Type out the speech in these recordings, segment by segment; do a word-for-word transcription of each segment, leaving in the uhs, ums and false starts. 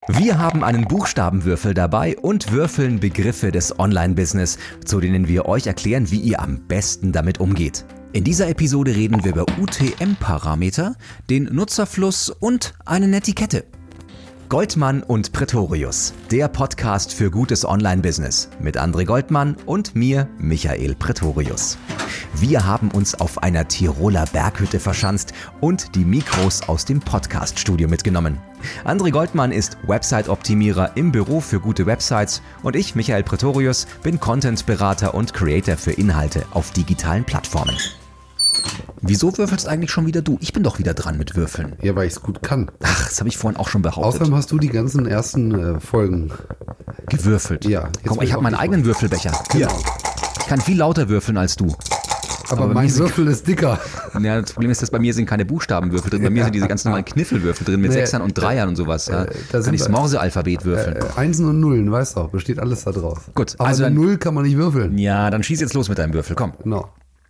Wir haben einen Buchstabenwürfel dabei und würfeln Begriffe des Online-Business, zu denen wir euch erklären, wie ihr am besten damit umgeht. In dieser Episode reden wir über U T M-Parameter, den Nutzerfluss und eine Netiquette. Goldmann und Pretorius, der Podcast für gutes Online-Business mit André Goldmann und mir, Michael Pretorius. Wir haben uns auf einer Tiroler Berghütte verschanzt und die Mikros aus dem Podcast-Studio mitgenommen. André Goldmann ist Website-Optimierer im Büro für gute Websites und ich, Michael Pretorius, bin Content-Berater und Creator für Inhalte auf digitalen Plattformen. Wieso würfelst eigentlich schon wieder du? Ich bin doch wieder dran mit Würfeln. Ja, weil ich es gut kann. Ach, das habe ich vorhin auch schon behauptet. Außerdem hast du die ganzen ersten äh, Folgen gewürfelt. Ja. Komm, ich habe meinen eigenen Würfelbecher. Hier. Genau. Ich kann viel lauter würfeln als du. Aber, Aber mein Würfel ist dicker. Ja, das Problem ist, dass bei mir sind keine Buchstabenwürfel drin. Bei mir sind diese ganz normalen Kniffelwürfel drin mit Nee, Sechsern und Dreiern und sowas. Ja. äh, Kann da sind ich das wir- Morse-Alphabet würfeln. Äh, Einsen und Nullen, weißt du auch, besteht alles da draus. Gut, Aber also eine dann- Null kann man nicht würfeln. Ja, dann schieß jetzt los mit deinem Würfel. Komm. Genau.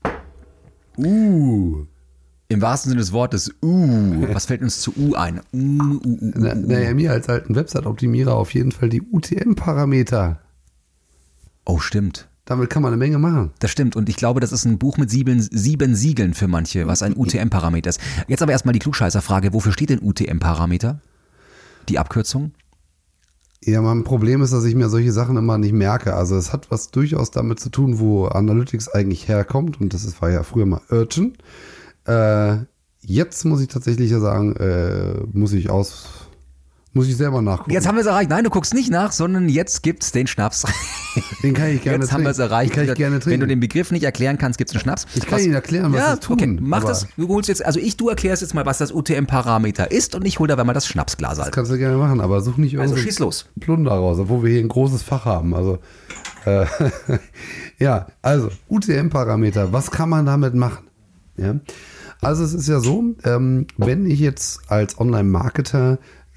Uh. Im wahrsten Sinne des Wortes, uh. Was fällt uns zu U ein? Uh, uh, uh, uh. Na, naja, mir als alten Website-Optimierer auf jeden Fall die U T M-Parameter. Oh, stimmt. Damit kann man eine Menge machen. Das stimmt. Und ich glaube, das ist ein Buch mit sieben, sieben Siegeln für manche, was ein U T M-Parameter ist. Jetzt aber erstmal die Klugscheißerfrage. Wofür steht denn U T M-Parameter? Die Abkürzung? Ja, mein Problem ist, dass ich mir solche Sachen immer nicht merke. Also es hat was durchaus damit zu tun, wo Analytics eigentlich herkommt. Und das ist, war ja früher mal Urchin. Äh, jetzt muss ich tatsächlich sagen, äh, muss ich aus, muss ich selber nachgucken. Jetzt haben wir es erreicht. Nein, du guckst nicht nach, sondern jetzt gibt's den Schnaps. Den kann ich gerne Jetzt haben wir es trinken. erreicht. Den kann ich gerne Wenn du trinken. den Begriff nicht erklären kannst, gibt's einen Schnaps. Ich kann Was- Ihnen erklären, was ja, das tun. okay, mach aber das. Du holst jetzt, also ich, du erklärst jetzt mal, was das U T M-Parameter ist und ich hole dabei mal das Schnapsglas. Das kannst du gerne machen, aber such nicht Also irgendeinen schieß los. Plunder raus, obwohl wir hier ein großes Fach haben. Also äh, ja, also U T M-Parameter, was kann man damit machen? Ja. Also es ist ja so, ähm, wenn ich jetzt als Online-Marketer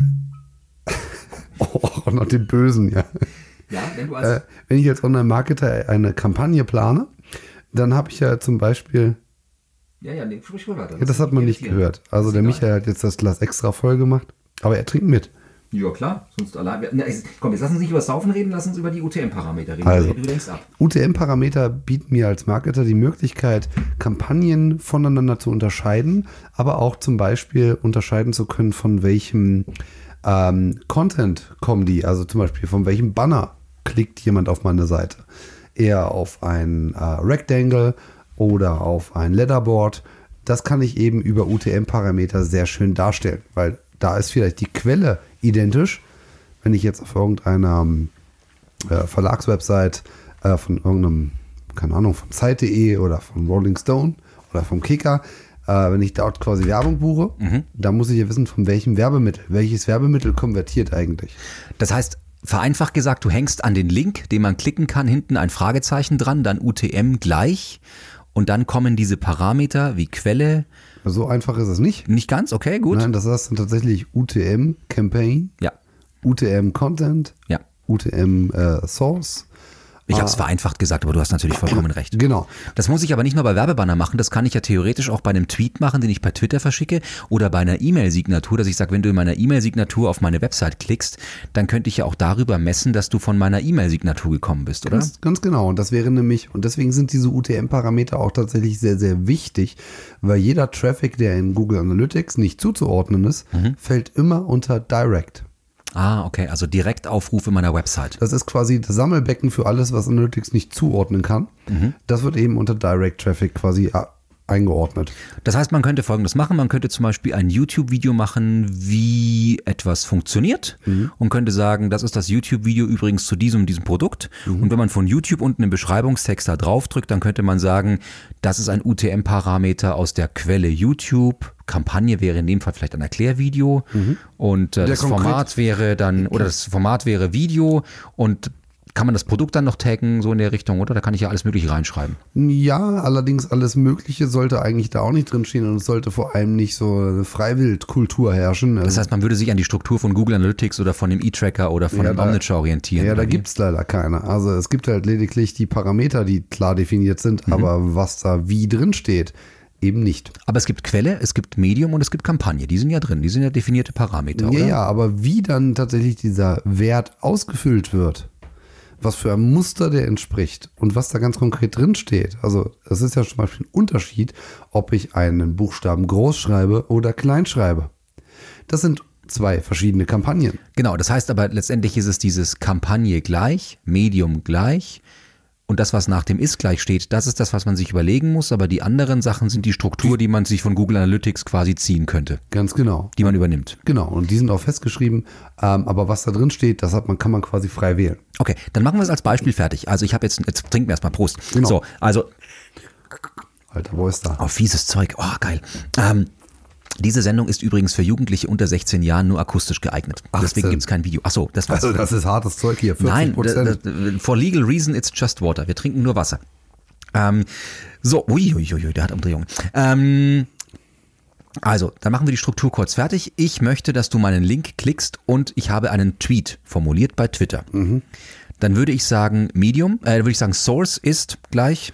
oh, noch den Bösen, ja. Ja, wenn du Äh, wenn ich als Online-Marketer eine Kampagne plane, dann habe ich ja zum Beispiel, ja, ja, nee, sprich mal weiter. ja, das hat man nicht gehört. Also der Michael hat jetzt das Glas extra voll gemacht, aber er trinkt mit. Ja, klar, sonst allein. Na, jetzt- komm, jetzt lass uns nicht über das Saufen reden, lass uns über die U T M-Parameter reden. Also. Du lenkst ab. U T M-Parameter bieten mir als Marketer die Möglichkeit, Kampagnen voneinander zu unterscheiden, aber auch zum Beispiel unterscheiden zu können, von welchem ähm, Content kommen die. Also zum Beispiel, von welchem Banner klickt jemand auf meine Seite. Eher auf ein äh, Rectangle oder auf ein Letterboard. Das kann ich eben über U T M-Parameter sehr schön darstellen, weil da ist vielleicht die Quelle identisch. Wenn ich jetzt auf irgendeiner ähm, äh, Verlagswebsite äh, von irgendeinem, keine Ahnung, von Zeit punkt de oder von Rolling Stone oder vom Kicker, äh, wenn ich dort quasi Werbung buche, dann muss ich ja wissen, von welchem Werbemittel, welches Werbemittel konvertiert eigentlich. Das heißt, vereinfacht gesagt, du hängst an den Link, den man klicken kann, hinten ein Fragezeichen dran, dann U T M gleich und dann kommen diese Parameter wie Quelle. So einfach ist es nicht. Nicht ganz, okay, gut. Nein, das heißt dann tatsächlich U T M Campaign, Ja, U T M Content, ja. U T M äh, Source. Ich habe es vereinfacht gesagt, aber du hast natürlich vollkommen recht. Genau. Das muss ich aber nicht nur bei Werbebanner machen, das kann ich ja theoretisch auch bei einem Tweet machen, den ich per Twitter verschicke oder bei einer E-Mail-Signatur, dass ich sage, wenn du in meiner E-Mail-Signatur auf meine Website klickst, dann könnte ich ja auch darüber messen, dass du von meiner E-Mail-Signatur gekommen bist, oder? Ganz, ganz genau. Und das wäre nämlich, und deswegen sind diese U T M-Parameter auch tatsächlich sehr, sehr wichtig, weil jeder Traffic, der in Google Analytics nicht zuzuordnen ist, fällt immer unter Direct. Ah, okay, also Direktaufrufe meiner Website. Das ist quasi das Sammelbecken für alles, was Analytics nicht zuordnen kann. Das wird eben unter Direct Traffic quasi äh, eingeordnet. Das heißt, man könnte Folgendes machen, man könnte zum Beispiel ein YouTube-Video machen, wie etwas funktioniert und könnte sagen, das ist das YouTube-Video übrigens zu diesem diesem Produkt und wenn man von YouTube unten im Beschreibungstext da drauf drückt, dann könnte man sagen, das ist ein U T M-Parameter aus der Quelle YouTube, Kampagne wäre in dem Fall vielleicht ein Erklärvideo und äh, Der das Format wäre dann, oder das Format wäre Video und kann man das Produkt dann noch taggen, so in der Richtung, oder? Da kann ich ja alles Mögliche reinschreiben. Ja, allerdings alles Mögliche sollte eigentlich da auch nicht drinstehen und es sollte vor allem nicht so eine Freiwildkultur herrschen. Das heißt, man würde sich an die Struktur von Google Analytics oder von dem E-Tracker oder von Ja, dem da- Omniture orientieren. Ja, da oder wie? gibt es leider keine. Also es gibt halt lediglich die Parameter, die klar definiert sind, aber was da wie drin steht, eben nicht. Aber es gibt Quelle, es gibt Medium und es gibt Kampagne. Die sind ja drin, die sind ja definierte Parameter, Ja, oder? ja, aber wie dann tatsächlich dieser Wert ausgefüllt wird, was für ein Muster der entspricht und was da ganz konkret drin steht. Also das ist ja zum Beispiel ein Unterschied, ob ich einen Buchstaben groß schreibe oder klein schreibe. Das sind zwei verschiedene Kampagnen. Genau, das heißt aber letztendlich ist es dieses Kampagne gleich, Medium gleich und das, was nach dem Ist gleich steht, das ist das, was man sich überlegen muss, aber die anderen Sachen sind die Struktur, die man sich von Google Analytics quasi ziehen könnte. Ganz genau. Die man übernimmt. Genau, und die sind auch festgeschrieben, ähm, aber was da drin steht, das hat man, kann man quasi frei wählen. Okay, dann machen wir es als Beispiel fertig. Also ich habe jetzt, jetzt trinken wir erstmal Prost. Genau. So, also, Alter, wo ist da? oh, fieses Zeug, oh, geil. Ähm, Diese Sendung ist übrigens für Jugendliche unter sechzehn Jahren nur akustisch geeignet. achtzehn. Deswegen gibt es kein Video. Achso, das war's. Also das ist hartes Zeug hier, vierzig Prozent. Nein, d- d- for legal reason it's just water. Wir trinken nur Wasser. Ähm, so, uiuiui, der hat Umdrehungen. Ähm, also, dann machen wir die Struktur kurz fertig. Ich möchte, dass du meinen Link klickst und ich habe einen Tweet formuliert bei Twitter. Mhm. Dann würde ich sagen Medium, äh, würde ich sagen Source ist gleich.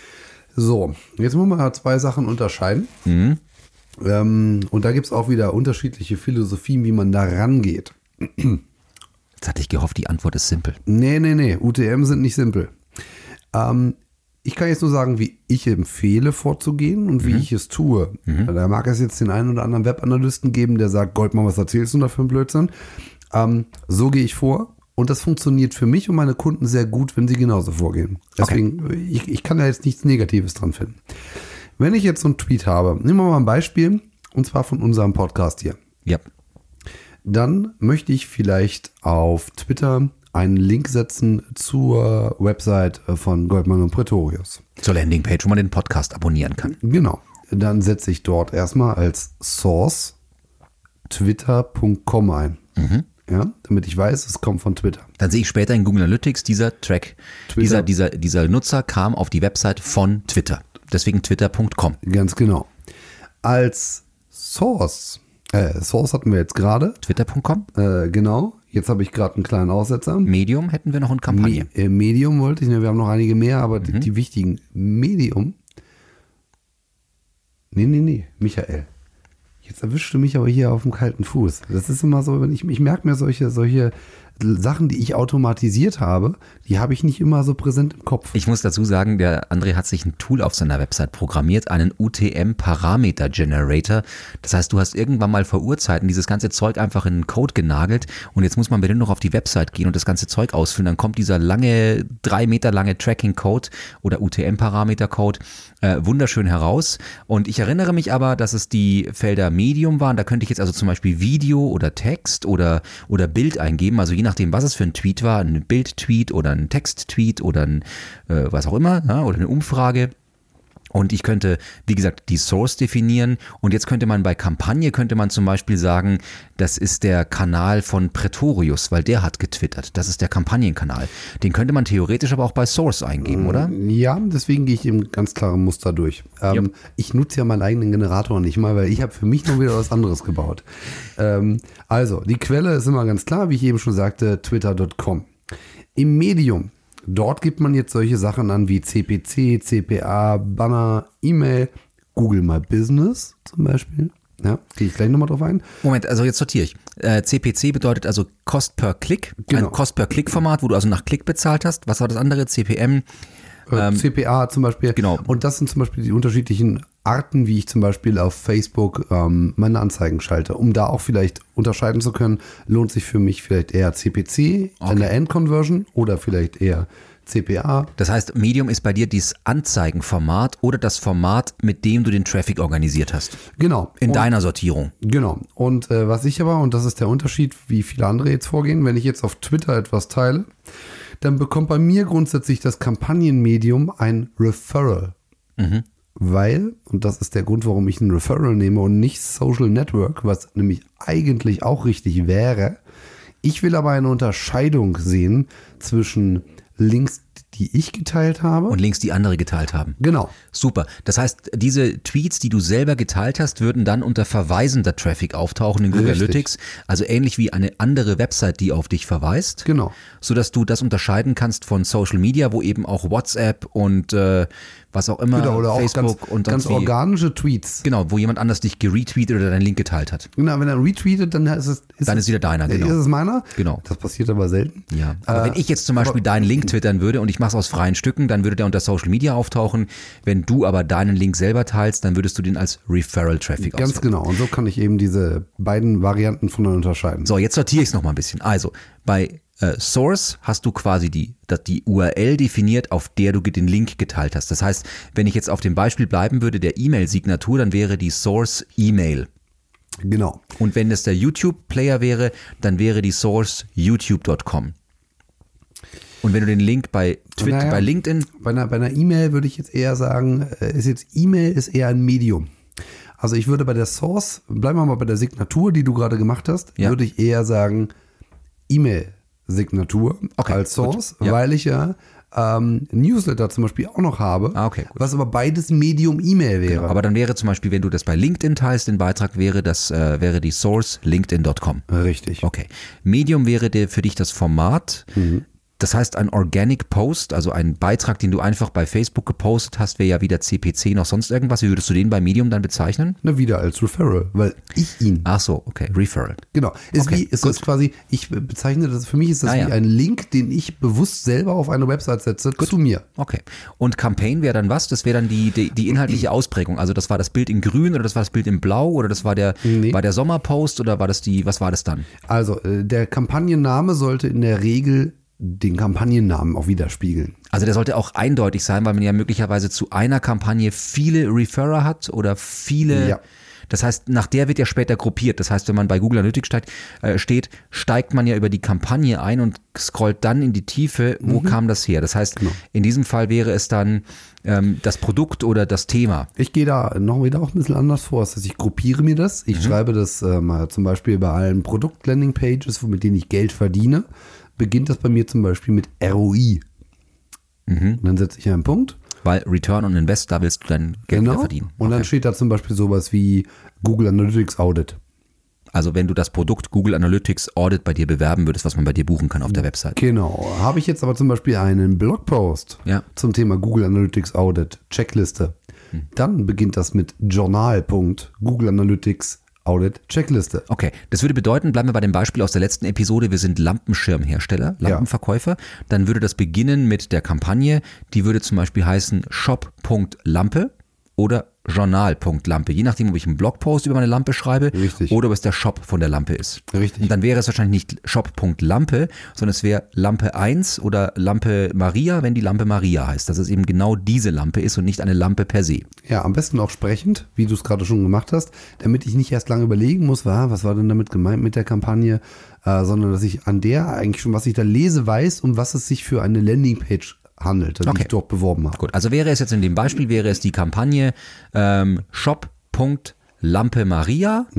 So, jetzt muss man zwei Sachen unterscheiden. Mhm. Ähm, und da gibt es auch wieder unterschiedliche Philosophien, wie man da rangeht. Jetzt hatte ich gehofft, die Antwort ist simpel. Nee, nee, nee, U T M sind nicht simpel. Ähm, ich kann jetzt nur sagen, wie ich empfehle vorzugehen und wie Mhm. ich es tue. Mhm. Da mag es jetzt den einen oder anderen Webanalysten geben, der sagt, Goldmann, was erzählst du da für einen Blödsinn? Ähm, so gehe ich vor. Und das funktioniert für mich und meine Kunden sehr gut, wenn sie genauso vorgehen. Deswegen, okay. ich, ich kann da jetzt nichts Negatives dran finden. Wenn ich jetzt so einen Tweet habe, nehmen wir mal ein Beispiel, und zwar von unserem Podcast hier. Ja. Dann möchte ich vielleicht auf Twitter einen Link setzen zur Website von Goldmann und Pretorius. Zur Landingpage, wo man den Podcast abonnieren kann. Genau. Dann setze ich dort erstmal als Source twitter punkt com ein. Mhm. Ja, damit ich weiß, es kommt von Twitter. Dann sehe ich später in Google Analytics, dieser Track, Twitter. dieser, dieser, dieser Nutzer kam auf die Website von Twitter. Deswegen twitter punkt com. Ganz genau. Als Source, äh, Source hatten wir jetzt gerade. twitter punkt com. Äh, genau. Jetzt habe ich gerade einen kleinen Aussetzer. Medium hätten wir noch in Kampagne. Me- äh, Medium wollte ich, ne, wir haben noch einige mehr, aber mhm. die, die wichtigen. Medium. Nee, nee, nee, Michael. Jetzt erwischst du mich aber hier auf dem kalten Fuß. Das ist immer so, wenn ich, ich merke mir solche, solche Sachen, die ich automatisiert habe, die habe ich nicht immer so präsent im Kopf. Ich muss dazu sagen, der André hat sich ein Tool auf seiner Website programmiert, einen U T M-Parameter-Generator. Das heißt, du hast irgendwann mal vor Urzeiten dieses ganze Zeug einfach in einen Code genagelt und jetzt muss man bitte noch auf die Website gehen und das ganze Zeug ausfüllen. Dann kommt dieser lange, drei Meter lange Tracking-Code oder U T M-Parameter-Code äh, wunderschön heraus. Und ich erinnere mich aber, dass es die Felder Medium waren. Da könnte ich jetzt also zum Beispiel Video oder Text oder, oder Bild eingeben. Also je nachdem, was es für ein Tweet war, ein Bild-Tweet oder ein Text-Tweet oder ein äh, was auch immer, ja, oder eine Umfrage. Und ich könnte, wie gesagt, die Source definieren. Und jetzt könnte man bei Kampagne, könnte man zum Beispiel sagen, das ist der Kanal von Pretorius, weil der hat getwittert. Das ist der Kampagnenkanal. Den könnte man theoretisch aber auch bei Source eingeben, oder? Ja, deswegen gehe ich im ganz klaren Muster durch. Ähm, Yep. Ich nutze ja meinen eigenen Generator nicht mal, weil ich habe für mich noch wieder was anderes gebaut. Ähm, also, die Quelle ist immer ganz klar, wie ich eben schon sagte, twitter punkt com. Im Medium, dort gibt man jetzt solche Sachen an wie C P C, C P A, Banner, E-Mail, Google My Business zum Beispiel. Ja, gehe ich gleich nochmal drauf ein. Moment, also jetzt sortiere ich. Äh, C P C bedeutet also Cost per Click, Genau. ein Cost per Click Format, wo du also nach Klick bezahlt hast. Was war das andere? C P M? Äh, C P A zum Beispiel. Genau. Und das sind zum Beispiel die unterschiedlichen Arten, wie ich zum Beispiel auf Facebook ähm, meine Anzeigen schalte. Um da auch vielleicht unterscheiden zu können, lohnt sich für mich vielleicht eher C P C Okay. in der End-Conversion oder vielleicht eher C P A. Das heißt, Medium ist bei dir dieses Anzeigenformat oder das Format, mit dem du den Traffic organisiert hast. Genau. In Und- deiner Sortierung. Genau. Und äh, was ich aber, und das ist der Unterschied, wie viele andere jetzt vorgehen, wenn ich jetzt auf Twitter etwas teile, dann bekommt bei mir grundsätzlich das Kampagnenmedium ein Referral. Mhm. Weil, und das ist der Grund, warum ich ein Referral nehme und nicht Social Network, was nämlich eigentlich auch richtig wäre. Ich will aber eine Unterscheidung sehen zwischen Links, die ich geteilt habe. Und Links, die andere geteilt haben. Genau. Super. Das heißt, diese Tweets, die du selber geteilt hast, würden dann unter verweisender Traffic auftauchen in Google Richtig. Analytics. Also ähnlich wie eine andere Website, die auf dich verweist. Genau. Sodass du das unterscheiden kannst von Social Media, wo eben auch WhatsApp und äh, was auch immer, Genau, oder auch Facebook ganz, und ganz sonst wie, organische Tweets. genau, wo jemand anders dich geretweetet oder deinen Link geteilt hat. Genau, wenn er retweetet, dann ist es ist Dann es, ist wieder deiner, genau. Ist es meiner? Genau. Das passiert aber selten. Ja, aber Äh, wenn ich jetzt zum Beispiel deinen Link twittern würde und ich mache es aus freien Stücken, dann würde der unter Social Media auftauchen. Wenn du aber deinen Link selber teilst, dann würdest du den als Referral-Traffic Ganz ausführen. genau. Und so kann ich eben diese beiden Varianten voneinander unterscheiden. So, jetzt sortiere ich es nochmal ein bisschen. Also, bei äh, Source hast du quasi die, das, die U R L definiert, auf der du den Link geteilt hast. Das heißt, wenn ich jetzt auf dem Beispiel bleiben würde, der E-Mail-Signatur, dann wäre die Source E-Mail. Genau. Und wenn das der YouTube-Player wäre, dann wäre die Source youtube Punkt com. Und wenn du den Link bei Twitter, Naja, bei LinkedIn, Bei einer, bei einer E-Mail würde ich jetzt eher sagen, äh, ist jetzt E-Mail ist eher ein Medium. Also ich würde bei der Source, bleiben wir mal bei der Signatur, die du gerade gemacht hast, Ja. würde ich eher sagen E-Mail-Signatur Okay, als Source, gut. Ja. weil ich ja ähm, Newsletter zum Beispiel auch noch habe, Ah, okay, gut. was aber beides Medium E-Mail wäre. aber dann wäre zum Beispiel, wenn du das bei LinkedIn teilst, den Beitrag, wäre das, äh, wäre die Source linkedin Punkt com. Richtig. Okay. Medium wäre der, für dich das Format. Das heißt, ein Organic Post, also ein Beitrag, den du einfach bei Facebook gepostet hast, wäre ja wieder C P C noch sonst irgendwas. Wie würdest du den bei Medium dann bezeichnen? Na, wieder als Referral, weil ich ihn. Ach so, okay, Referral. Genau. Ist Okay, wie, ist das quasi, ich bezeichne das, für mich ist das Ah, wie ja. ein Link, den ich bewusst selber auf eine Website setze, zu mir. Okay. Und Campaign wäre dann was? Das wäre dann die, die, die inhaltliche Ausprägung. Also das war das Bild in grün oder das war das Bild in blau oder das war der, Nee. war der Sommerpost oder war das die, was war das dann? Also, äh, der Kampagnenname sollte in der Regel den Kampagnennamen auch widerspiegeln. Also der sollte auch eindeutig sein, weil man ja möglicherweise zu einer Kampagne viele Referrer hat oder viele. Ja. Das heißt, nach der wird ja später gruppiert. Das heißt, wenn man bei Google Analytics steigt, äh, steht, steigt man ja über die Kampagne ein und scrollt dann in die Tiefe, wo kam das her? Das heißt, in diesem Fall wäre es dann ähm, das Produkt oder das Thema. Ich gehe da noch wieder auch ein bisschen anders vor. Das heißt, ich gruppiere mir das. Ich schreibe das äh, mal zum Beispiel bei allen Produkt-Landing-Pages, mit denen ich Geld verdiene, beginnt das bei mir zum Beispiel mit R O I. Und dann setze ich einen Punkt. Weil Return on Invest, da willst du dein Geld wieder verdienen. Und dann Okay. steht da zum Beispiel sowas wie Google Analytics Audit. Also wenn du das Produkt Google Analytics Audit bei dir bewerben würdest, was man bei dir buchen kann auf der Website. Genau. Habe ich jetzt aber zum Beispiel einen Blogpost Ja. zum Thema Google Analytics Audit, Checkliste, dann beginnt das mit Journal. Google Analytics Audit, Checkliste. Okay, das würde bedeuten, bleiben wir bei dem Beispiel aus der letzten Episode, wir sind Lampenschirmhersteller, Lampenverkäufer, dann würde das beginnen mit der Kampagne, die würde zum Beispiel heißen shop Punkt lampe oder Journal Punkt lampe, je nachdem, ob ich einen Blogpost über meine Lampe schreibe Richtig. oder ob es der Shop von der Lampe ist. Richtig. Und dann wäre es wahrscheinlich nicht shop Punkt lampe, sondern es wäre Lampe eins oder Lampe Maria, wenn die Lampe Maria heißt, dass es eben genau diese Lampe ist und nicht eine Lampe per se. Ja, am besten auch sprechend, wie du es gerade schon gemacht hast, damit ich nicht erst lange überlegen muss, war, was war denn damit gemeint mit der Kampagne, äh, sondern dass ich an der eigentlich schon, was ich da lese, weiß, um was es sich für eine Landingpage handelt, die Okay. ich dort beworben habe. Gut, also wäre es jetzt in dem Beispiel, wäre es die Kampagne ähm, shop Punkt lampe Maria,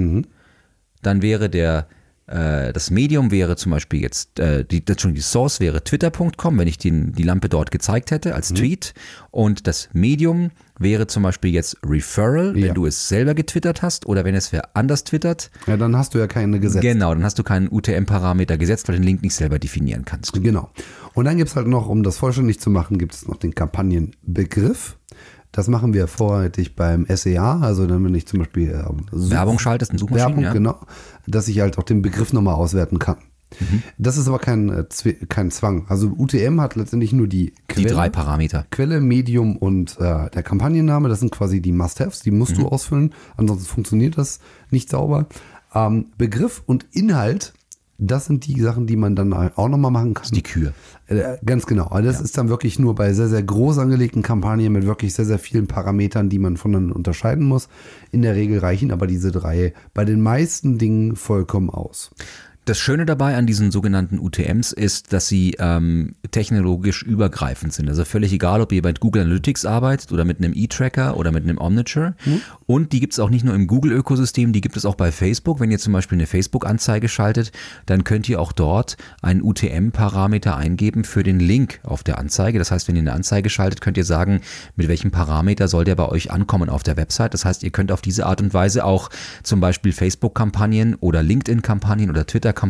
dann wäre der äh, das Medium wäre zum Beispiel jetzt, äh, die, das schon die Source wäre twitter Punkt com, wenn ich den, die Lampe dort gezeigt hätte als Tweet und das Medium wäre zum Beispiel jetzt Referral, wenn Ja. du es selber getwittert hast oder wenn es wer anders twittert. Ja, dann hast du ja keine gesetzt. Genau, dann hast du keinen U T M-Parameter gesetzt, weil du den Link nicht selber definieren kannst. Genau. Und dann gibt es halt noch, um das vollständig zu machen, gibt es noch den Kampagnenbegriff. Das machen wir vorrätig beim S E A, also dann, wenn ich zum Beispiel äh, Such- Werbung schaltest in Suchmaschinen, Werbung, ja. genau, dass ich halt auch den Begriff nochmal auswerten kann. Mhm. Das ist aber kein, äh, Zwi- kein Zwang. Also U T M hat letztendlich nur die Die Quelle, drei Parameter. Quelle, Medium und äh, der Kampagnenname. Das sind quasi die Must-Haves, die musst Mhm. du ausfüllen, ansonsten funktioniert das nicht sauber. Ähm, Begriff und Inhalt, das sind die Sachen, die man dann auch nochmal machen kann. Die Kür. Äh, Ganz genau. Also das ist dann wirklich nur bei sehr, sehr groß angelegten Kampagnen mit wirklich sehr, sehr vielen Parametern, die man voneinander unterscheiden muss. In der Regel reichen aber diese drei bei den meisten Dingen vollkommen aus. Das Schöne dabei an diesen sogenannten U T Ms ist, dass sie ähm, technologisch übergreifend sind. Also völlig egal, ob ihr bei Google Analytics arbeitet oder mit einem E-Tracker oder mit einem Omniture. Mhm. Und die gibt es auch nicht nur im Google-Ökosystem, die gibt es auch bei Facebook. Wenn ihr zum Beispiel eine Facebook-Anzeige schaltet, dann könnt ihr auch dort einen U T M-Parameter eingeben für den Link auf der Anzeige. Das heißt, wenn ihr eine Anzeige schaltet, könnt ihr sagen, mit welchem Parameter soll der bei euch ankommen auf der Website. Das heißt, ihr könnt auf diese Art und Weise auch zum Beispiel Facebook-Kampagnen oder LinkedIn-Kampagnen oder Twitter-Kampagnen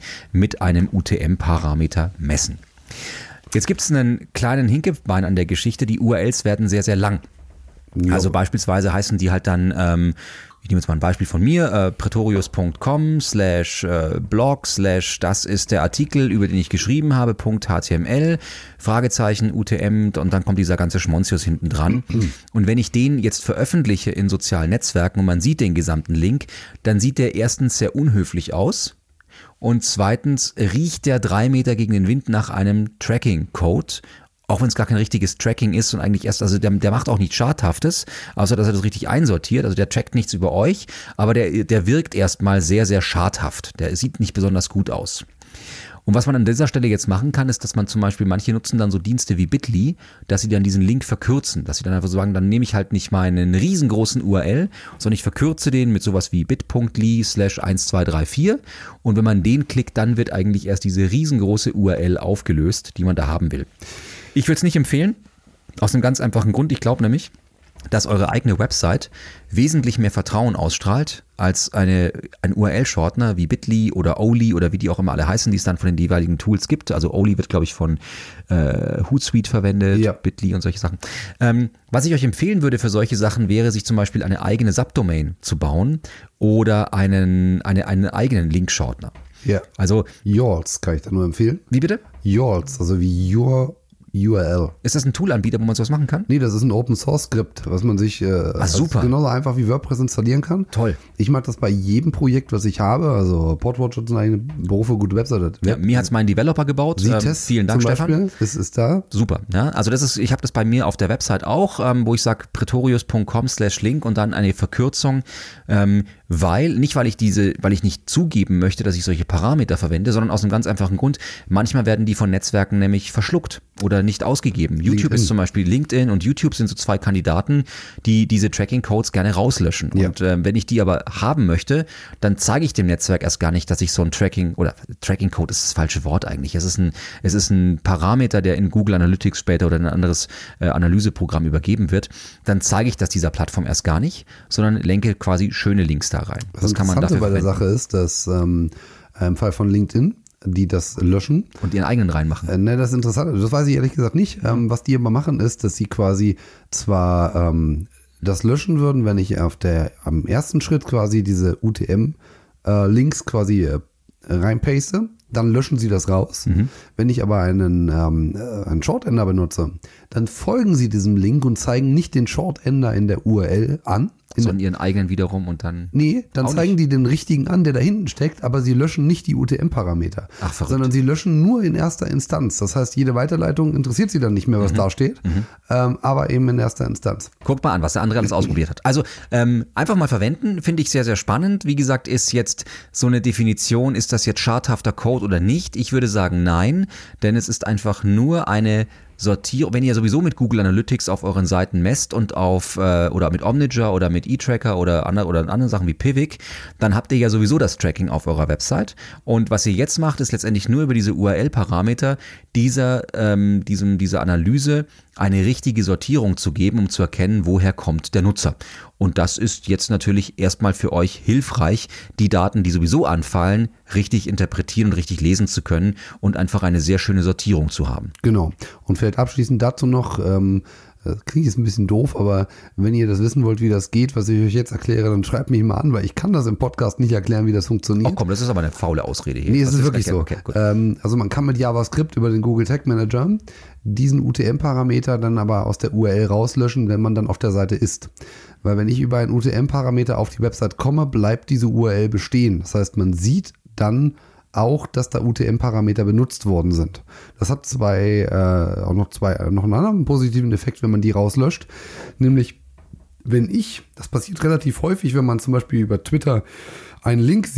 mit einem U T M-Parameter messen. Jetzt gibt es einen kleinen Hinkebein an der Geschichte. Die U R Ls werden sehr, sehr lang. Jo. Also beispielsweise heißen die halt dann, ähm, ich nehme jetzt mal ein Beispiel von mir, äh, pretorius.com slash blog slash das ist der Artikel, über den ich geschrieben habe, .html, Fragezeichen, U T M und dann kommt dieser ganze Schmonzius hinten dran. Und wenn ich den jetzt veröffentliche in sozialen Netzwerken und man sieht den gesamten Link, dann sieht der erstens sehr unhöflich aus. Und zweitens riecht der drei Meter gegen den Wind nach einem Tracking-Code, auch wenn es gar kein richtiges Tracking ist und eigentlich erst, also der, der macht auch nichts Schadhaftes, außer dass er das richtig einsortiert, also der trackt nichts über euch, aber der, der wirkt erstmal sehr, sehr schadhaft, der sieht nicht besonders gut aus. Und was man an dieser Stelle jetzt machen kann, ist, dass man zum Beispiel, manche nutzen dann so Dienste wie Bitly, dass sie dann diesen Link verkürzen, dass sie dann einfach so sagen, dann nehme ich halt nicht meinen riesengroßen U R L, sondern ich verkürze den mit sowas wie bit.ly slash eins zwei drei vier und wenn man den klickt, dann wird eigentlich erst diese riesengroße U R L aufgelöst, die man da haben will. Ich würde es nicht empfehlen, aus einem ganz einfachen Grund, ich glaube nämlich, dass eure eigene Website wesentlich mehr Vertrauen ausstrahlt als eine, ein U R L-Shortener wie Bitly oder Oli oder wie die auch immer alle heißen, die es dann von den jeweiligen Tools gibt. Also Oli wird, glaube ich, von äh, Hootsuite verwendet, ja. Bitly und solche Sachen. Ähm, was ich euch empfehlen würde für solche Sachen wäre, sich zum Beispiel eine eigene Subdomain zu bauen oder einen, eine, einen eigenen Link-Shortener. Ja, also Yours kann ich da nur empfehlen. Wie bitte? Yours, also wie Your U R L. Ist das ein Toolanbieter, wo man sowas machen kann? Nee, das ist ein Open-Source-Skript, was man sich äh, ah, super. genauso einfach wie WordPress installieren kann. Toll. Ich mache das bei jedem Projekt, was ich habe. Also Portwatch hat eine Berufe, gute Webseite. Ja, mir hat es mein Developer gebaut. Ähm, vielen Dank, zum Stefan. Beispiel, ist, ist da. Super. Ja, also das ist, ich habe das bei mir auf der Website auch, ähm, wo ich sage pretorius.com slash link und dann eine Verkürzung, ähm, weil, nicht weil ich diese, weil ich nicht zugeben möchte, dass ich solche Parameter verwende, sondern aus einem ganz einfachen Grund. Manchmal werden die von Netzwerken nämlich verschluckt oder nicht ausgegeben. YouTube LinkedIn. Ist zum Beispiel LinkedIn und YouTube sind so zwei Kandidaten, die diese Tracking-Codes gerne rauslöschen. Ja. Und äh, wenn ich die aber haben möchte, dann zeige ich dem Netzwerk erst gar nicht, dass ich so ein Tracking, oder Tracking-Code ist das falsche Wort eigentlich. Es ist ein, es ist ein Parameter, der in Google Analytics später oder in ein anderes äh, Analyseprogramm übergeben wird. Dann zeige ich das dieser Plattform erst gar nicht, sondern lenke quasi schöne Links da rein. Das, das kann man dafür bei der Sache ist, dass ähm, im Fall von LinkedIn die das löschen. Und ihren eigenen reinmachen. Äh, ne, das ist interessant. Das weiß ich ehrlich gesagt nicht. Ähm, was die aber machen, ist, dass sie quasi zwar ähm, das löschen würden, wenn ich auf der am ersten Schritt quasi diese U T M-Links äh, quasi äh, reinpaste, dann löschen sie das raus. Mhm. Wenn ich aber einen, ähm, einen Shortender benutze, dann folgen sie diesem Link und zeigen nicht den Shortender in der U R L an. Sondern ihren eigenen wiederum und dann... Nee, dann zeigen nicht. Die den richtigen an, der da hinten steckt, aber sie löschen nicht die U T M-Parameter. Ach, verrückt. Sondern sie löschen nur in erster Instanz. Das heißt, jede Weiterleitung interessiert sie dann nicht mehr, was mhm. da steht, mhm. ähm, aber eben in erster Instanz. Guckt mal an, was der andere alles ausprobiert hat. Also ähm, einfach mal verwenden, finde ich sehr, sehr spannend. Wie gesagt, ist jetzt so eine Definition, ist das jetzt schadhafter Code oder nicht? Ich würde sagen, nein, denn es ist einfach nur eine Sortierung, wenn ihr sowieso mit Google Analytics auf euren Seiten messt und auf äh, oder mit Omniture oder mit E-Tracker oder andere oder andere Sachen wie Pivik, dann habt ihr ja sowieso das Tracking auf eurer Website. Und was ihr jetzt macht, ist letztendlich nur über diese U R L-Parameter dieser ähm, diesem dieser Analyse eine richtige Sortierung zu geben, um zu erkennen, woher kommt der Nutzer. Und das ist jetzt natürlich erstmal für euch hilfreich, die Daten, die sowieso anfallen, richtig interpretieren und richtig lesen zu können und einfach eine sehr schöne Sortierung zu haben. Genau. Und vielleicht abschließend dazu noch, ähm, das klingt jetzt ein bisschen doof, aber wenn ihr das wissen wollt, wie das geht, was ich euch jetzt erkläre, dann schreibt mich mal an, weil ich kann das im Podcast nicht erklären, wie das funktioniert. Oh komm, das ist aber eine faule Ausrede hier. Nee, es ist wirklich so. Okay, ähm, also man kann mit JavaScript über den Google Tag Manager diesen U T M-Parameter dann aber aus der U R L rauslöschen, wenn man dann auf der Seite ist. Weil wenn ich über einen U T M-Parameter auf die Website komme, bleibt diese U R L bestehen. Das heißt, man sieht dann auch, dass da U T M-Parameter benutzt worden sind. Das hat zwei, äh, auch noch zwei, noch einen anderen positiven Effekt, wenn man die rauslöscht. Nämlich, wenn ich, das passiert relativ häufig, wenn man zum Beispiel über Twitter einen Link sieht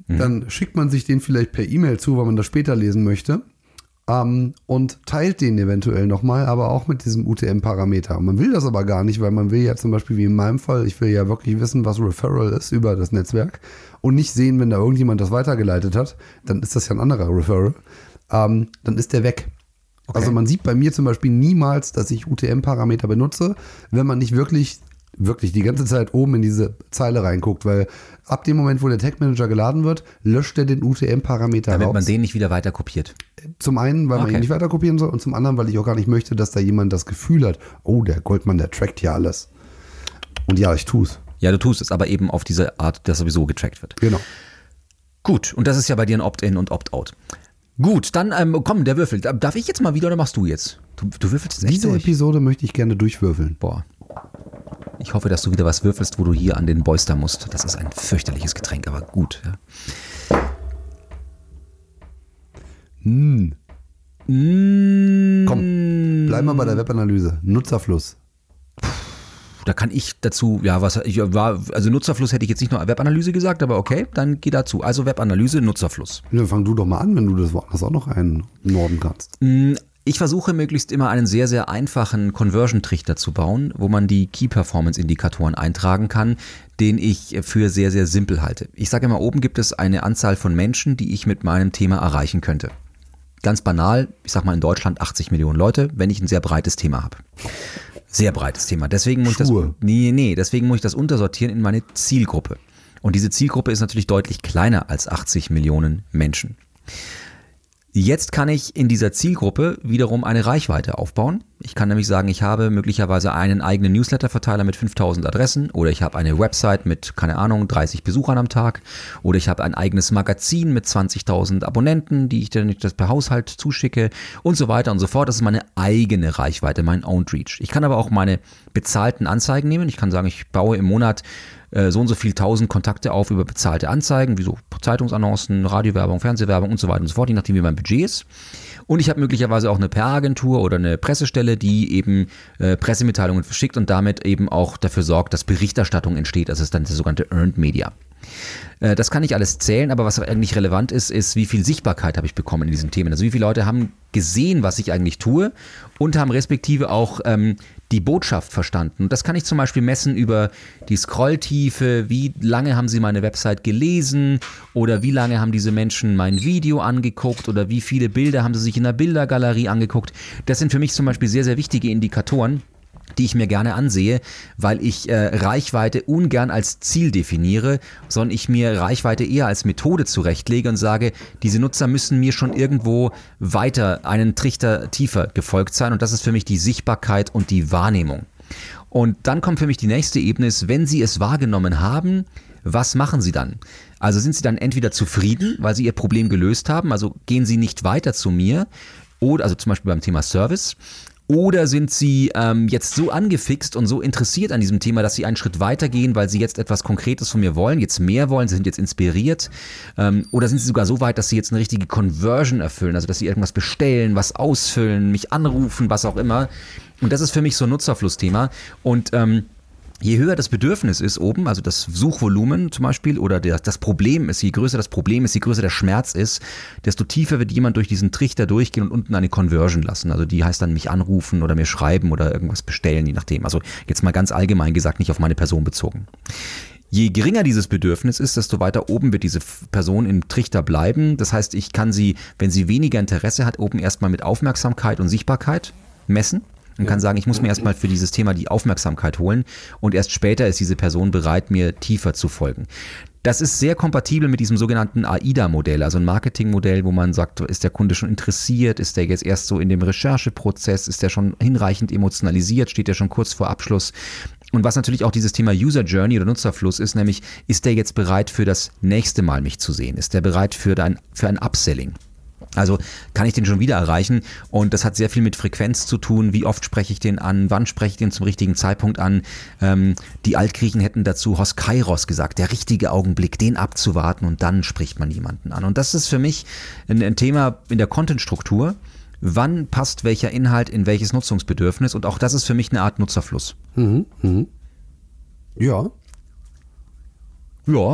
Mhm. Dann schickt man sich den vielleicht per E-Mail zu, weil man das später lesen möchte. Ähm, und teilt den eventuell nochmal, aber auch mit diesem U T M-Parameter. Man will das aber gar nicht, weil man will ja zum Beispiel, wie in meinem Fall, ich will ja wirklich wissen, was Referral ist über das Netzwerk und nicht sehen, wenn da irgendjemand das weitergeleitet hat, dann ist das ja ein anderer Referral, ähm, dann ist der weg. Okay. Also man sieht bei mir zum Beispiel niemals, dass ich U T M-Parameter benutze, wenn man nicht wirklich wirklich die ganze Zeit oben in diese Zeile reinguckt, weil ab dem Moment, wo der Tag Manager geladen wird, löscht er den U T M-Parameter raus. Damit man den nicht wieder weiter kopiert. Zum einen, weil okay. man ihn nicht weiter kopieren soll und zum anderen, weil ich auch gar nicht möchte, dass da jemand das Gefühl hat, oh, der Goldmann, der trackt ja alles. Und ja, ich tue es. Ja, du tust es, aber eben auf diese Art, dass sowieso getrackt wird. Genau. Gut, und das ist ja bei dir ein Opt-in und Opt-out. Gut, dann ähm, komm, der Würfel. Darf ich jetzt mal wieder oder machst du jetzt? Du, du würfelst jetzt echt Diese durch. Episode möchte ich gerne durchwürfeln. Boah. Ich hoffe, dass du wieder was würfelst, wo du hier an den Boyster musst. Das ist ein fürchterliches Getränk, aber gut. Ja. Mm. Mm. Komm, bleib mal bei der Webanalyse. Nutzerfluss. Da kann ich dazu, ja, was ich war, also Nutzerfluss hätte ich jetzt nicht nur Webanalyse gesagt, aber okay, dann geh dazu. Also Webanalyse, Nutzerfluss. Ja, fang du doch mal an, wenn du das woanders auch noch einnorden kannst. Mm. Ich versuche möglichst immer einen sehr, sehr einfachen Conversion-Trichter zu bauen, wo man die Key-Performance-Indikatoren eintragen kann, den ich für sehr, sehr simpel halte. Ich sage immer, oben gibt es eine Anzahl von Menschen, die ich mit meinem Thema erreichen könnte. Ganz banal, ich sage mal in Deutschland achtzig Millionen Leute, wenn ich ein sehr breites Thema habe. Sehr breites Thema. Deswegen muss ich das, nee, nee, deswegen muss ich das untersortieren in meine Zielgruppe. Und diese Zielgruppe ist natürlich deutlich kleiner als achtzig Millionen Menschen. Jetzt kann ich in dieser Zielgruppe wiederum eine Reichweite aufbauen. Ich kann nämlich sagen, ich habe möglicherweise einen eigenen Newsletter-Verteiler mit fünftausend Adressen oder ich habe eine Website mit, keine Ahnung, dreißig Besuchern am Tag oder ich habe ein eigenes Magazin mit zwanzigtausend Abonnenten, die ich dann das per Haushalt zuschicke und so weiter und so fort. Das ist meine eigene Reichweite, mein Owned Reach. Ich kann aber auch meine bezahlten Anzeigen nehmen. Ich kann sagen, ich baue im Monat so und so viel tausend Kontakte auf über bezahlte Anzeigen, wie so Zeitungsannoncen, Radiowerbung, Fernsehwerbung und so weiter und so fort, je nachdem wie mein Budget ist. Und ich habe möglicherweise auch eine P R-Agentur oder eine Pressestelle, die eben äh, Pressemitteilungen verschickt und damit eben auch dafür sorgt, dass Berichterstattung entsteht. Das ist dann das sogenannte Earned Media. Äh, das kann ich alles zählen, aber was eigentlich relevant ist, ist, wie viel Sichtbarkeit habe ich bekommen in diesen Themen. Also wie viele Leute haben gesehen, was ich eigentlich tue und haben respektive auch ähm, die Botschaft verstanden. Und das kann ich zum Beispiel messen über die Scrolltiefe, wie lange haben sie meine Website gelesen oder wie lange haben diese Menschen mein Video angeguckt oder wie viele Bilder haben sie sich in der Bildergalerie angeguckt. Das sind für mich zum Beispiel sehr, sehr wichtige Indikatoren, die ich mir gerne ansehe, weil ich äh, Reichweite ungern als Ziel definiere, sondern ich mir Reichweite eher als Methode zurechtlege und sage, diese Nutzer müssen mir schon irgendwo weiter einen Trichter tiefer gefolgt sein und das ist für mich die Sichtbarkeit und die Wahrnehmung. Und dann kommt für mich die nächste Ebene, ist, wenn Sie es wahrgenommen haben, was machen Sie dann? Also sind Sie dann entweder zufrieden, weil Sie Ihr Problem gelöst haben, also gehen Sie nicht weiter zu mir, oder also zum Beispiel beim Thema Service, oder sind Sie ähm, jetzt so angefixt und so interessiert an diesem Thema, dass Sie einen Schritt weitergehen, weil Sie jetzt etwas Konkretes von mir wollen, jetzt mehr wollen, Sie sind jetzt inspiriert? Ähm, oder sind Sie sogar so weit, dass Sie jetzt eine richtige Conversion erfüllen, also dass Sie irgendwas bestellen, was ausfüllen, mich anrufen, was auch immer? Und das ist für mich so ein Nutzerflussthema. Und ähm, je höher das Bedürfnis ist oben, also das Suchvolumen zum Beispiel oder der, das Problem ist, je größer das Problem ist, je größer der Schmerz ist, desto tiefer wird jemand durch diesen Trichter durchgehen und unten eine Conversion lassen. Also die heißt dann mich anrufen oder mir schreiben oder irgendwas bestellen, je nachdem. Also jetzt mal ganz allgemein gesagt, nicht auf meine Person bezogen. Je geringer dieses Bedürfnis ist, desto weiter oben wird diese Person im Trichter bleiben. Das heißt, ich kann sie, wenn sie weniger Interesse hat, oben erstmal mit Aufmerksamkeit und Sichtbarkeit messen. Und kann sagen, ich muss mir erstmal für dieses Thema die Aufmerksamkeit holen und erst später ist diese Person bereit, mir tiefer zu folgen. Das ist sehr kompatibel mit diesem sogenannten AIDA-Modell, also ein Marketingmodell, wo man sagt, ist der Kunde schon interessiert, ist der jetzt erst so in dem Rechercheprozess, ist der schon hinreichend emotionalisiert, steht der schon kurz vor Abschluss. Und was natürlich auch dieses Thema User Journey oder Nutzerfluss ist, nämlich ist der jetzt bereit für das nächste Mal mich zu sehen, ist der bereit für ein, für ein Upselling. Also kann ich den schon wieder erreichen und das hat sehr viel mit Frequenz zu tun, wie oft spreche ich den an, wann spreche ich den zum richtigen Zeitpunkt an. Ähm, die Altgriechen hätten dazu Hos Kairos gesagt, der richtige Augenblick, den abzuwarten und dann spricht man jemanden an. Und das ist für mich ein, ein Thema in der Content-Struktur, wann passt welcher Inhalt in welches Nutzungsbedürfnis und auch das ist für mich eine Art Nutzerfluss. Mhm, mhm. Ja. Ja.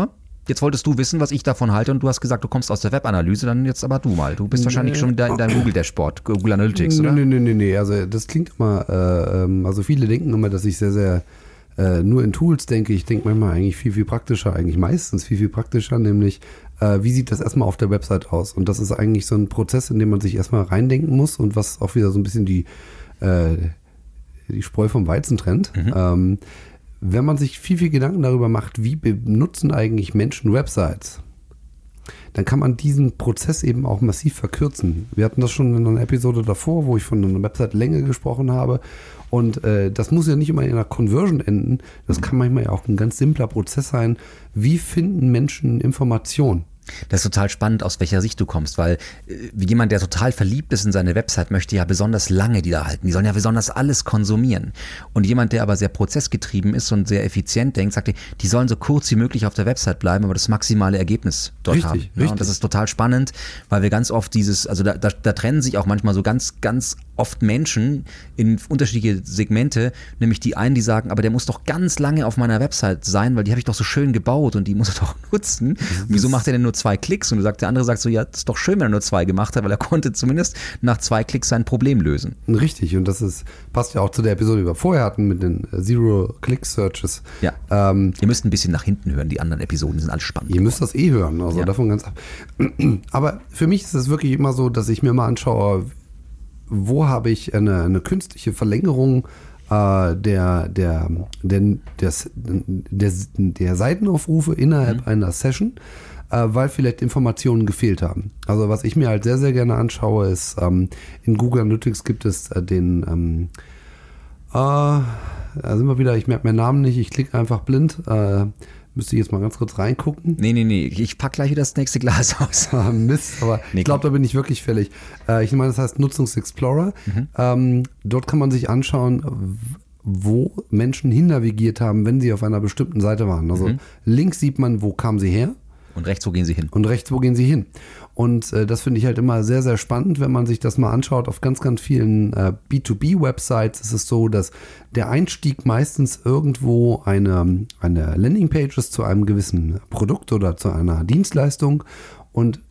jetzt wolltest du wissen, was ich davon halte und du hast gesagt, du kommst aus der Webanalyse, dann jetzt aber du mal. Du bist wahrscheinlich schon in deinem Google-Dashboard, Google Analytics, oder? Nee, nee, nee, nee. Also das klingt immer, äh, also viele denken immer, dass ich sehr, sehr äh, nur in Tools denke. Ich denke manchmal eigentlich viel, viel praktischer, eigentlich meistens viel, viel praktischer, nämlich äh, wie sieht das erstmal auf der Website aus? Und das ist eigentlich so ein Prozess, in dem man sich erstmal reindenken muss und was auch wieder so ein bisschen die, äh, die Spreu vom Weizen trennt. Mhm. Ähm, wenn man sich viel, viel Gedanken darüber macht, wie benutzen eigentlich Menschen Websites, dann kann man diesen Prozess eben auch massiv verkürzen. Wir hatten das schon in einer Episode davor, wo ich von einer Website-Länge gesprochen habe. Und äh, das muss ja nicht immer in einer Conversion enden. Das kann manchmal ja auch ein ganz simpler Prozess sein. Wie finden Menschen Informationen? Das ist total spannend, aus welcher Sicht du kommst, weil äh, jemand, der total verliebt ist in seine Website, möchte ja besonders lange die da halten. Die sollen ja besonders alles konsumieren. Und jemand, der aber sehr prozessgetrieben ist und sehr effizient denkt, sagt, die sollen so kurz wie möglich auf der Website bleiben, aber das maximale Ergebnis dort richtig, haben. Richtig. Ja, und das ist total spannend, weil wir ganz oft dieses, also da, da, da trennen sich auch manchmal so ganz, ganz oft Menschen in unterschiedliche Segmente, nämlich die einen, die sagen, aber der muss doch ganz lange auf meiner Website sein, weil die habe ich doch so schön gebaut und die muss er doch nutzen. Wieso macht er denn nur zwei Klicks? Und du sagst, der andere sagt so, ja, das ist doch schön, wenn er nur zwei gemacht hat, weil er konnte zumindest nach zwei Klicks sein Problem lösen. Richtig, und das ist, passt ja auch zu der Episode, die wir vorher hatten mit den Zero-Click-Searches. Ja, ähm, ihr müsst ein bisschen nach hinten hören, die anderen Episoden sind alle spannend. Ihr müsst das eh hören, also ja. davon ganz ab. Aber für mich ist es wirklich immer so, dass ich mir mal anschaue, wo habe ich eine, eine künstliche Verlängerung äh, der, der, der, des, der, der Seitenaufrufe innerhalb mhm. einer Session, äh, weil vielleicht Informationen gefehlt haben. Also was ich mir halt sehr, sehr gerne anschaue, ist, ähm, in Google Analytics gibt es äh, den, ähm, äh, da sind wir wieder, ich merke meinen Namen nicht, ich klicke einfach blind, äh, müsste ich jetzt mal ganz kurz reingucken. Nee, nee, nee, ich pack gleich wieder das nächste Glas aus. Mist, aber nee, ich glaube, da bin ich wirklich fällig. Äh, ich meine, das heißt Nutzungsexplorer. Mhm. Ähm, dort kann man sich anschauen, wo Menschen hin navigiert haben, wenn sie auf einer bestimmten Seite waren. Also mhm. links sieht man, wo kamen sie her. Und rechts, wo gehen sie hin? Und rechts, wo gehen sie hin? Und äh, das finde ich halt immer sehr, sehr spannend, wenn man sich das mal anschaut. Auf ganz, ganz vielen äh, B zwei B-Websites ist es so, dass der Einstieg meistens irgendwo eine, eine Landingpage ist zu einem gewissen Produkt oder zu einer Dienstleistung. Und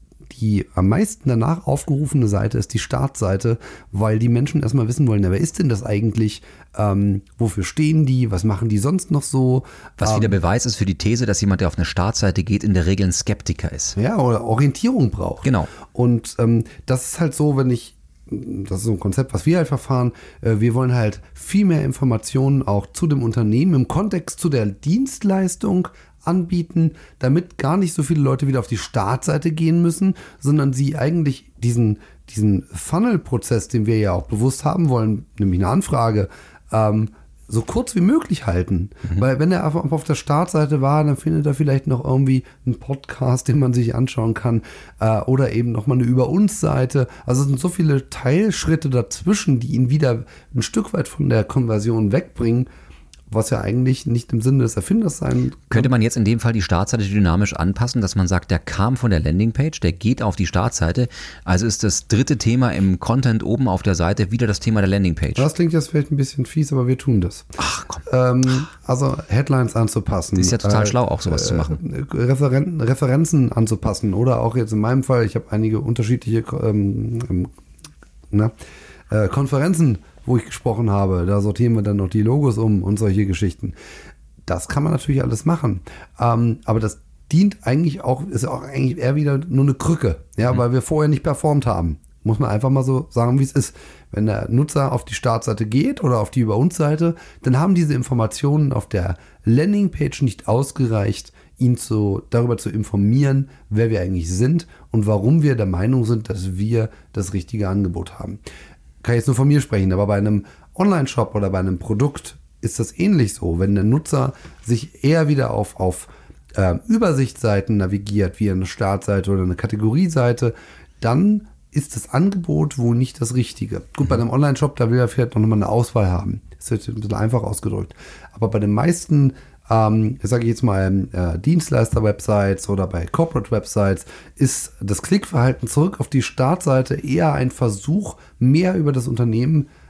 die am meisten danach aufgerufene Seite ist die Startseite, weil die Menschen erstmal wissen wollen, ja, wer ist denn das eigentlich? Ähm, wofür stehen die? Was machen die sonst noch so? Was ähm, wieder Beweis ist für die These, dass jemand, der auf eine Startseite geht, in der Regel ein Skeptiker ist. Ja, oder Orientierung braucht. Genau. Und ähm, das ist halt so, wenn ich, das ist so ein Konzept, was wir halt verfahren, äh, wir wollen halt viel mehr Informationen auch zu dem Unternehmen im Kontext zu der Dienstleistung anbieten, damit gar nicht so viele Leute wieder auf die Startseite gehen müssen, sondern sie eigentlich diesen, diesen Funnel-Prozess, den wir ja auch bewusst haben wollen, nämlich eine Anfrage, ähm, so kurz wie möglich halten. Mhm. Weil wenn er auf, auf der Startseite war, dann findet er vielleicht noch irgendwie einen Podcast, den man sich anschauen kann, äh, oder eben nochmal eine Über-uns-Seite. Also es sind so viele Teilschritte dazwischen, die ihn wieder ein Stück weit von der Konversion wegbringen, was ja eigentlich nicht im Sinne des Erfinders sein kann. Könnte man jetzt in dem Fall die Startseite dynamisch anpassen, dass man sagt, der kam von der Landingpage, der geht auf die Startseite, also ist das dritte Thema im Content oben auf der Seite wieder das Thema der Landingpage. Das klingt jetzt vielleicht ein bisschen fies, aber wir tun das. Ach komm. Ähm, also Headlines anzupassen. Das ist ja total äh, schlau, auch sowas äh, zu machen. Referen- Referenzen anzupassen oder auch jetzt in meinem Fall, ich habe einige unterschiedliche ähm, ähm, na, äh, Konferenzen, wo ich gesprochen habe, da sortieren wir dann noch die Logos um und solche Geschichten. Das kann man natürlich alles machen. Ähm, aber das dient eigentlich auch, ist auch eigentlich eher wieder nur eine Krücke, ja, mhm. weil wir vorher nicht performt haben. Muss man einfach mal so sagen, wie es ist. Wenn der Nutzer auf die Startseite geht oder auf die Über-uns-Seite, dann haben diese Informationen auf der Landingpage nicht ausgereicht, ihn zu, darüber zu informieren, wer wir eigentlich sind und warum wir der Meinung sind, dass wir das richtige Angebot haben. Kann ich jetzt nur von mir sprechen, aber bei einem Online-Shop oder bei einem Produkt ist das ähnlich so. Wenn der Nutzer sich eher wieder auf, auf äh, Übersichtsseiten navigiert, wie eine Startseite oder eine Kategorieseite, dann ist das Angebot wohl nicht das Richtige. Gut, mhm. bei einem Online-Shop, da will er vielleicht noch mal eine Auswahl haben. Das ist ein bisschen einfach ausgedrückt. Aber bei den meisten Ähm, sage ich jetzt mal, äh, Dienstleister-Websites oder bei Corporate-Websites ist das Klickverhalten zurück auf die Startseite eher ein Versuch, mehr über das Unternehmen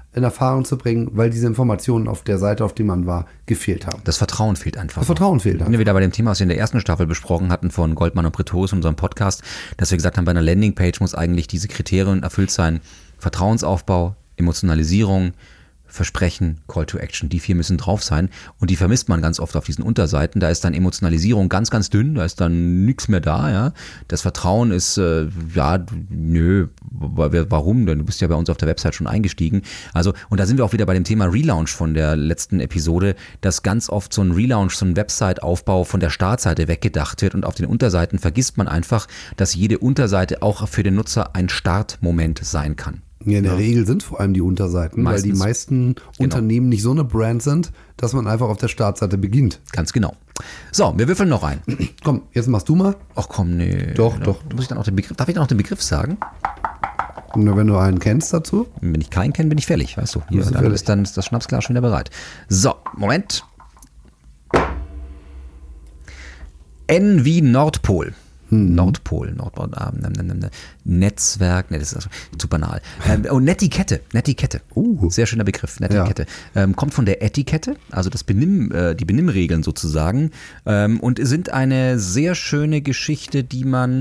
in Erfahrung zu bringen, weil diese Informationen auf der Seite, auf der man war, gefehlt haben. Das Vertrauen fehlt einfach. Das Vertrauen fehlt einfach. Wir sind wieder bei dem Thema, was wir in der ersten Staffel besprochen hatten von Goldman und Pretorius in unserem Podcast, dass wir gesagt haben, bei einer Landingpage muss eigentlich diese Kriterien erfüllt sein. Vertrauensaufbau, Emotionalisierung, Versprechen, Call to Action, die vier müssen drauf sein und die vermisst man ganz oft auf diesen Unterseiten. Da ist dann Emotionalisierung ganz, ganz dünn, da ist dann nichts mehr da. Ja. Das Vertrauen ist, äh, ja, nö, warum denn? Du bist ja bei uns auf der Website schon eingestiegen. Also, und da sind wir auch wieder bei dem Thema Relaunch von der letzten Episode, dass ganz oft so ein Relaunch, so ein Website-Aufbau von der Startseite weggedacht wird und auf den Unterseiten vergisst man einfach, dass jede Unterseite auch für den Nutzer ein Startmoment sein kann. Ja, in der ja. Regel sind vor allem die Unterseiten, Meistens, weil die meisten genau. Unternehmen nicht so eine Brand sind, dass man einfach auf der Startseite beginnt. Ganz genau. So, wir würfeln noch ein. Komm, jetzt machst du mal. Ach komm, nee. Doch, doch. Muss ich dann auch den Begriff, darf ich dann auch den Begriff sagen? Na, wenn du einen kennst dazu. Wenn ich keinen kenne, bin ich fällig, weißt du. Hier, dann, ist, dann ist das Schnapsglas schon wieder bereit. So, Moment. N wie Nordpol. Hm. Nordpol, Nordpol, äh, Netzwerk, ne, das ist zu banal. Ähm, oh, Netiquette, Netiquette. Uh. Sehr schöner Begriff, Netiquette. Ja. Ähm, kommt von der Etikette, also das Benimm, äh, die Benimmregeln sozusagen, ähm, und sind eine sehr schöne Geschichte, die man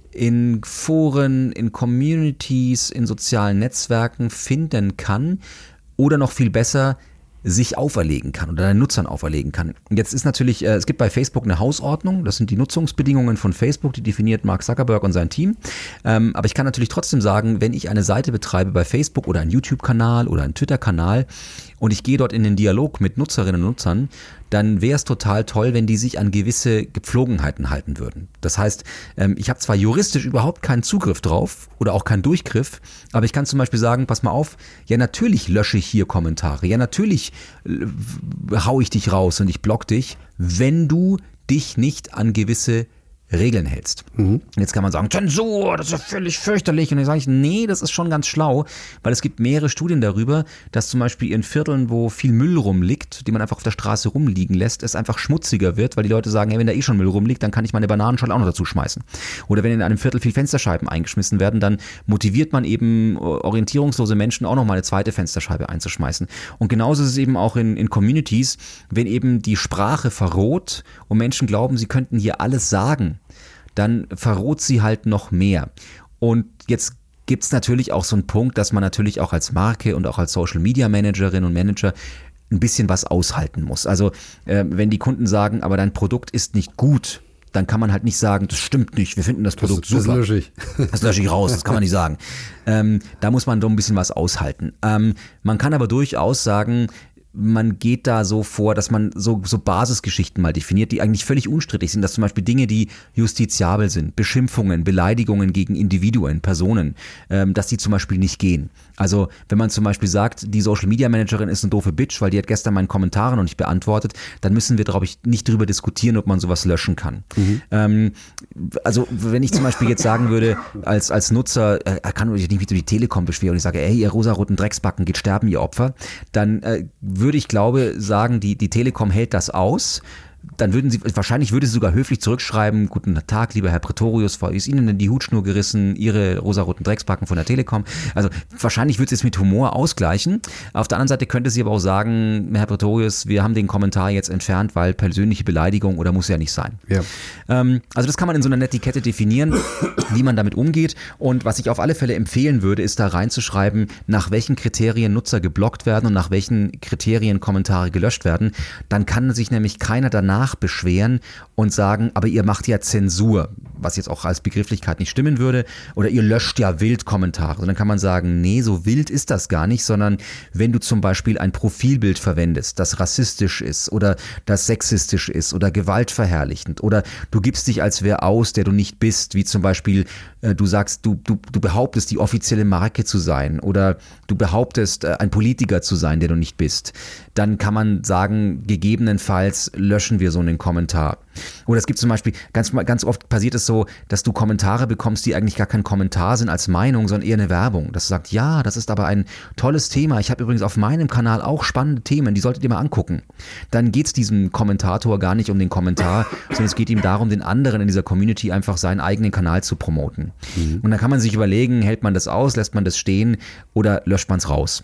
in Foren, in Communities, in sozialen Netzwerken finden kann oder noch viel besser sich auferlegen kann oder den Nutzern auferlegen kann. Jetzt ist natürlich, äh, es gibt bei Facebook eine Hausordnung, das sind die Nutzungsbedingungen von Facebook, die definiert Mark Zuckerberg und sein Team. Ähm, aber ich kann natürlich trotzdem sagen, wenn ich eine Seite betreibe bei Facebook oder einen YouTube-Kanal oder einen Twitter-Kanal und ich gehe dort in den Dialog mit Nutzerinnen und Nutzern, dann wäre es total toll, wenn die sich an gewisse Gepflogenheiten halten würden. Das heißt, ich habe zwar juristisch überhaupt keinen Zugriff drauf oder auch keinen Durchgriff, aber ich kann zum Beispiel sagen, pass mal auf, ja natürlich lösche ich hier Kommentare, ja natürlich hau ich dich raus und ich block dich, wenn du dich nicht an gewisse Regeln hältst. Mhm. Jetzt kann man sagen, Zensur, das ist ja völlig fürchterlich. Und dann sage ich, nee, das ist schon ganz schlau, weil es gibt mehrere Studien darüber, dass zum Beispiel in Vierteln, wo viel Müll rumliegt, den man einfach auf der Straße rumliegen lässt, es einfach schmutziger wird, weil die Leute sagen, hey, wenn da eh schon Müll rumliegt, dann kann ich meine Bananenschale auch noch dazu schmeißen. Oder wenn in einem Viertel viel Fensterscheiben eingeschmissen werden, dann motiviert man eben orientierungslose Menschen auch noch mal eine zweite Fensterscheibe einzuschmeißen. Und genauso ist es eben auch in, in Communities, wenn eben die Sprache verroht und Menschen glauben, sie könnten hier alles sagen, dann verroht sie halt noch mehr. Und jetzt gibt es natürlich auch so einen Punkt, dass man natürlich auch als Marke und auch als Social Media Managerin und Manager ein bisschen was aushalten muss. Also äh, wenn die Kunden sagen, aber dein Produkt ist nicht gut, dann kann man halt nicht sagen, das stimmt nicht, wir finden das Produkt das, super. Das lösche ich. Das lösche ich raus, das kann man nicht sagen. Ähm, da muss man doch ein bisschen was aushalten. Ähm, man kann aber durchaus sagen, man geht da so vor, dass man so, so Basisgeschichten mal definiert, die eigentlich völlig unstrittig sind, dass zum Beispiel Dinge, die justiziabel sind, Beschimpfungen, Beleidigungen gegen Individuen, Personen, ähm, dass die zum Beispiel nicht gehen. Also wenn man zum Beispiel sagt, die Social Media Managerin ist eine doofe Bitch, weil die hat gestern meinen Kommentar noch nicht beantwortet, dann müssen wir, glaube ich, nicht darüber diskutieren, ob man sowas löschen kann. Mhm. Ähm, also wenn ich zum Beispiel jetzt sagen würde, als, als Nutzer, äh, kann ich nicht wie so die Telekom beschweren und ich sage, ey, ihr rosaroten Drecksbacken, geht sterben, ihr Opfer, dann äh, würde ich, glaube, sagen, die, die Telekom hält das aus. Dann würden sie, wahrscheinlich würde sie sogar höflich zurückschreiben, guten Tag, lieber Herr Pretorius, ist Ihnen denn die Hutschnur gerissen, Ihre rosaroten Drecksbacken von der Telekom? Also wahrscheinlich würde sie es mit Humor ausgleichen. Auf der anderen Seite könnte sie aber auch sagen, Herr Pretorius, wir haben den Kommentar jetzt entfernt, weil persönliche Beleidigung oder muss ja nicht sein. Ja. Ähm, also das kann man in so einer Netiquette definieren, wie man damit umgeht. Und was ich auf alle Fälle empfehlen würde, ist da reinzuschreiben, nach welchen Kriterien Nutzer geblockt werden und nach welchen Kriterien Kommentare gelöscht werden. Dann kann sich nämlich keiner danach beschweren und sagen, aber ihr macht ja Zensur, was jetzt auch als Begrifflichkeit nicht stimmen würde, oder ihr löscht ja wild Kommentare. Und dann kann man sagen, nee, so wild ist das gar nicht, sondern wenn du zum Beispiel ein Profilbild verwendest, das rassistisch ist oder das sexistisch ist oder gewaltverherrlichend oder du gibst dich als wer aus, der du nicht bist, wie zum Beispiel äh, du sagst, du, du, du behauptest, die offizielle Marke zu sein oder du behauptest, äh, ein Politiker zu sein, der du nicht bist, dann kann man sagen, gegebenenfalls löschen wir so einen Kommentar. Oder es gibt zum Beispiel, ganz, ganz oft passiert es so, dass du Kommentare bekommst, die eigentlich gar kein Kommentar sind als Meinung, sondern eher eine Werbung. Das sagt, ja, das ist aber ein tolles Thema. Ich habe übrigens auf meinem Kanal auch spannende Themen, die solltet ihr mal angucken. Dann geht es diesem Kommentator gar nicht um den Kommentar, sondern es geht ihm darum, den anderen in dieser Community einfach seinen eigenen Kanal zu promoten. Mhm. Und dann kann man sich überlegen, hält man das aus, lässt man das stehen oder löscht man es raus.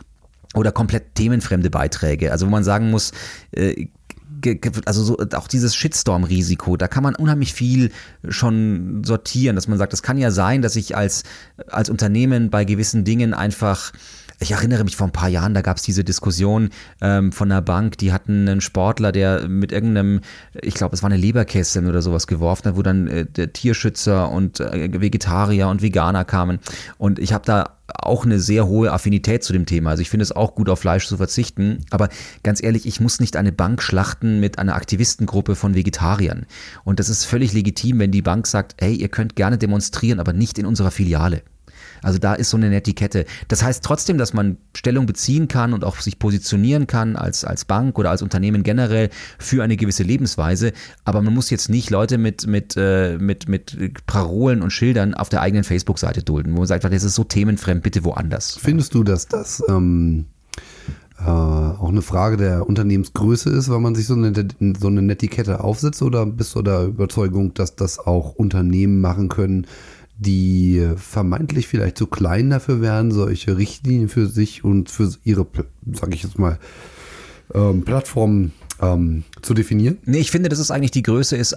oder komplett themenfremde Beiträge. Also wo man sagen muss, äh, also so, auch dieses Shitstorm-Risiko, da kann man unheimlich viel schon sortieren, dass man sagt, es kann ja sein, dass ich als, als Unternehmen bei gewissen Dingen einfach, ich erinnere mich vor ein paar Jahren, da gab es diese Diskussion ähm, von einer Bank, die hatten einen Sportler, der mit irgendeinem, ich glaube, es war eine Leberkästchen oder sowas geworfen hat, wo dann äh, der Tierschützer und äh, Vegetarier und Veganer kamen. Und ich habe da auch eine sehr hohe Affinität zu dem Thema. Also ich finde es auch gut, auf Fleisch zu verzichten. Aber ganz ehrlich, ich muss nicht eine Bank schlachten mit einer Aktivistengruppe von Vegetariern. Und das ist völlig legitim, wenn die Bank sagt, hey, ihr könnt gerne demonstrieren, aber nicht in unserer Filiale. Also da ist so eine Netiquette. Das heißt trotzdem, dass man Stellung beziehen kann und auch sich positionieren kann als, als Bank oder als Unternehmen generell für eine gewisse Lebensweise. Aber man muss jetzt nicht Leute mit, mit, äh, mit, mit Parolen und Schildern auf der eigenen Facebook-Seite dulden, wo man sagt, das ist so themenfremd, bitte woanders. Findest du, dass das ähm, äh, auch eine Frage der Unternehmensgröße ist, wenn man sich so eine, so eine Netiquette aufsetzt? Oder bist du der Überzeugung, dass das auch Unternehmen machen können, die vermeintlich vielleicht zu klein dafür wären, solche Richtlinien für sich und für ihre, sage ich jetzt mal, ähm, Plattformen ähm, zu definieren? Nee, ich finde, dass es eigentlich die Größe ist,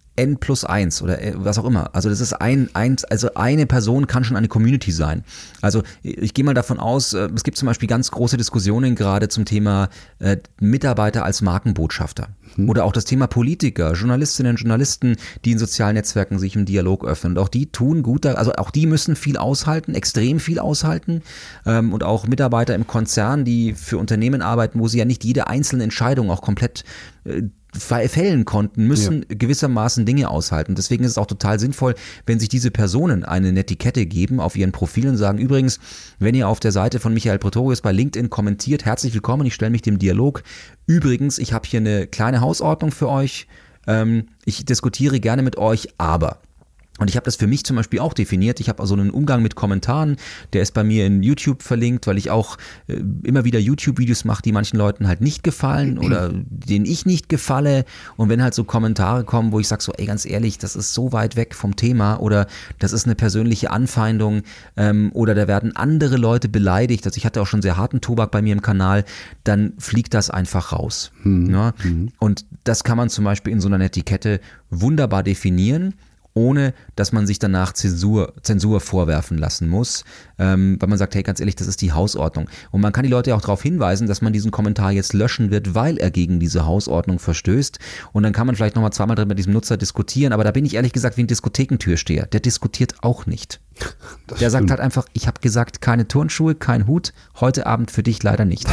N plus eins oder was auch immer. Also das ist ein, eins, also eine Person kann schon eine Community sein. Also ich gehe mal davon aus, es gibt zum Beispiel ganz große Diskussionen gerade zum Thema äh, Mitarbeiter als Markenbotschafter. Mhm. Oder auch das Thema Politiker, Journalistinnen und Journalisten, die in sozialen Netzwerken sich im Dialog öffnen. Und auch die tun gut, also auch die müssen viel aushalten, extrem viel aushalten. Ähm, und auch Mitarbeiter im Konzern, die für Unternehmen arbeiten, wo sie ja nicht jede einzelne Entscheidung auch komplett äh, fällen konnten, müssen ja. gewissermaßen Dinge aushalten. Deswegen ist es auch total sinnvoll, wenn sich diese Personen eine Netiquette geben auf ihren Profilen und sagen, übrigens, wenn ihr auf der Seite von Michael Pretorius bei LinkedIn kommentiert, herzlich willkommen, ich stelle mich dem Dialog. Übrigens, ich habe hier eine kleine Hausordnung für euch. Ähm, ich diskutiere gerne mit euch, aber... Und ich habe das für mich zum Beispiel auch definiert. Ich habe also einen Umgang mit Kommentaren, der ist bei mir in YouTube verlinkt, weil ich auch äh, immer wieder YouTube-Videos mache, die manchen Leuten halt nicht gefallen oder denen ich nicht gefalle. Und wenn halt so Kommentare kommen, wo ich sage so, ey, ganz ehrlich, das ist so weit weg vom Thema oder das ist eine persönliche Anfeindung ähm, oder da werden andere Leute beleidigt. Also ich hatte auch schon sehr harten Tobak bei mir im Kanal, dann fliegt das einfach raus. Mhm. Ja? Mhm. Und das kann man zum Beispiel in so einer Netiquette wunderbar definieren, ohne dass man sich danach Zensur, Zensur vorwerfen lassen muss, ähm, weil man sagt, hey, ganz ehrlich, das ist die Hausordnung. Und man kann die Leute auch darauf hinweisen, dass man diesen Kommentar jetzt löschen wird, weil er gegen diese Hausordnung verstößt. Und dann kann man vielleicht nochmal zweimal drin mit diesem Nutzer diskutieren, aber da bin ich ehrlich gesagt wie ein Diskothekentürsteher. Der diskutiert auch nicht. Das Der stimmt. sagt halt einfach, ich habe gesagt, keine Turnschuhe, kein Hut, heute Abend für dich leider nicht.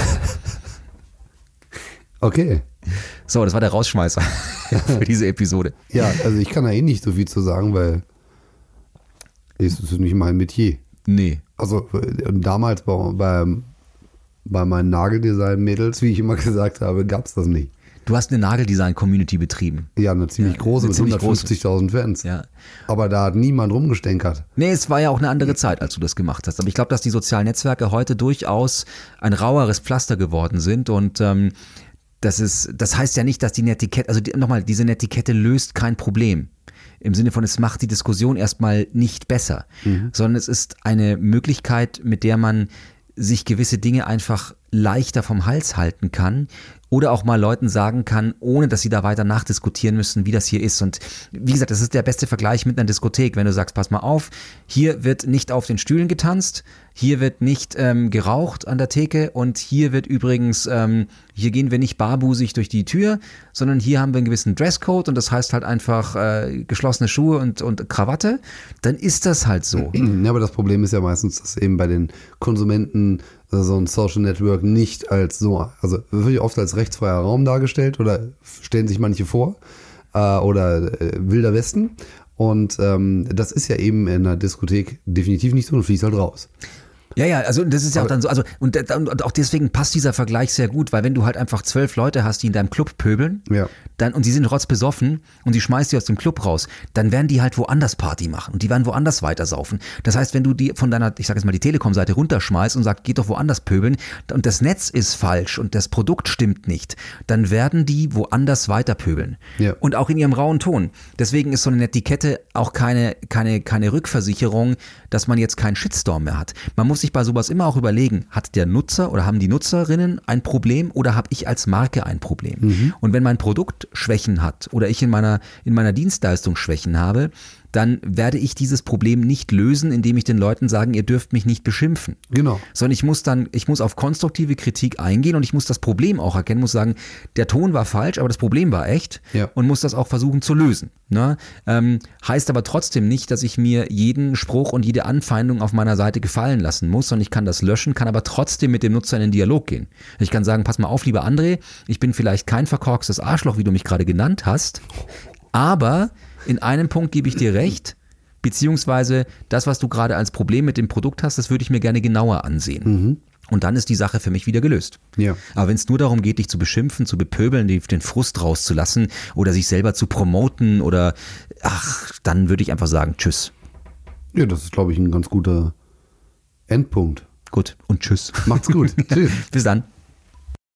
Okay. So, das war der Rausschmeißer für diese Episode. Ja, also ich kann da eh nicht so viel zu sagen, weil es ist nicht mein Metier. Nee. Also damals bei, bei, bei meinen Nageldesign-Mädels, wie ich immer gesagt habe, gab es das nicht. Du hast eine Nageldesign-Community betrieben. Ja, eine ziemlich ja, große eine mit hundertfünfzigtausend Fans. Ja. Aber da hat niemand rumgestänkert. Nee, es war ja auch eine andere Zeit, als du das gemacht hast. Aber ich glaube, dass die sozialen Netzwerke heute durchaus ein raueres Pflaster geworden sind und ähm, Das ist, das heißt ja nicht, dass die Netiquette, also die, nochmal, diese Netiquette löst kein Problem. Im Sinne von, es macht die Diskussion erstmal nicht besser, mhm. sondern es ist eine Möglichkeit, mit der man sich gewisse Dinge einfach leichter vom Hals halten kann oder auch mal Leuten sagen kann, ohne dass sie da weiter nachdiskutieren müssen, wie das hier ist. Und wie gesagt, das ist der beste Vergleich mit einer Diskothek, wenn du sagst, pass mal auf, hier wird nicht auf den Stühlen getanzt, hier wird nicht ähm, geraucht an der Theke und hier wird übrigens, ähm, hier gehen wir nicht barbusig durch die Tür, sondern hier haben wir einen gewissen Dresscode und das heißt halt einfach äh, geschlossene Schuhe und, und Krawatte, dann ist das halt so. Ja, aber das Problem ist ja meistens, dass eben bei den Konsumenten so ein Social Network nicht als so, also wirklich oft als rechtsfreier Raum dargestellt oder stellen sich manche vor äh, oder äh, Wilder Westen und ähm, das ist ja eben in einer Diskothek definitiv nicht so und fließt halt raus. Ja, ja, also das ist ja auch dann so, also und, und auch deswegen passt dieser Vergleich sehr gut, weil wenn du halt einfach zwölf Leute hast, die in deinem Club pöbeln, ja. dann und sie sind rotzbesoffen und sie schmeißt die aus dem Club raus, dann werden die halt woanders Party machen und die werden woanders weitersaufen. Das heißt, wenn du die von deiner, ich sag jetzt mal die Telekom-Seite runterschmeißt und sagst, geht doch woanders pöbeln und das Netz ist falsch und das Produkt stimmt nicht, dann werden die woanders weiter pöbeln. Ja. Und auch in ihrem rauen Ton. Deswegen ist so eine Netiquette auch keine, keine, keine Rückversicherung, dass man jetzt keinen Shitstorm mehr hat. Man muss sich bei sowas immer auch überlegen, hat der Nutzer oder haben die Nutzerinnen ein Problem oder habe ich als Marke ein Problem? Mhm. Und wenn mein Produkt Schwächen hat oder ich in meiner, in meiner Dienstleistung Schwächen habe, dann werde ich dieses Problem nicht lösen, indem ich den Leuten sage, ihr dürft mich nicht beschimpfen. Genau. Sondern ich muss dann, ich muss auf konstruktive Kritik eingehen und ich muss das Problem auch erkennen, muss sagen, der Ton war falsch, aber das Problem war echt ja. und muss das auch versuchen zu lösen. Ne? Ähm, heißt aber trotzdem nicht, dass ich mir jeden Spruch und jede Anfeindung auf meiner Seite gefallen lassen muss, sondern ich kann das löschen, kann aber trotzdem mit dem Nutzer in den Dialog gehen. Ich kann sagen, pass mal auf, lieber André, ich bin vielleicht kein verkorkstes Arschloch, wie du mich gerade genannt hast, aber in einem Punkt gebe ich dir recht, beziehungsweise das, was du gerade als Problem mit dem Produkt hast, das würde ich mir gerne genauer ansehen. Mhm. Und dann ist die Sache für mich wieder gelöst. Ja. Aber wenn es nur darum geht, dich zu beschimpfen, zu bepöbeln, den Frust rauszulassen oder sich selber zu promoten oder ach, dann würde ich einfach sagen, tschüss. Ja, das ist, glaube ich, ein ganz guter Endpunkt. Gut und tschüss. Macht's gut. Tschüss. Bis dann.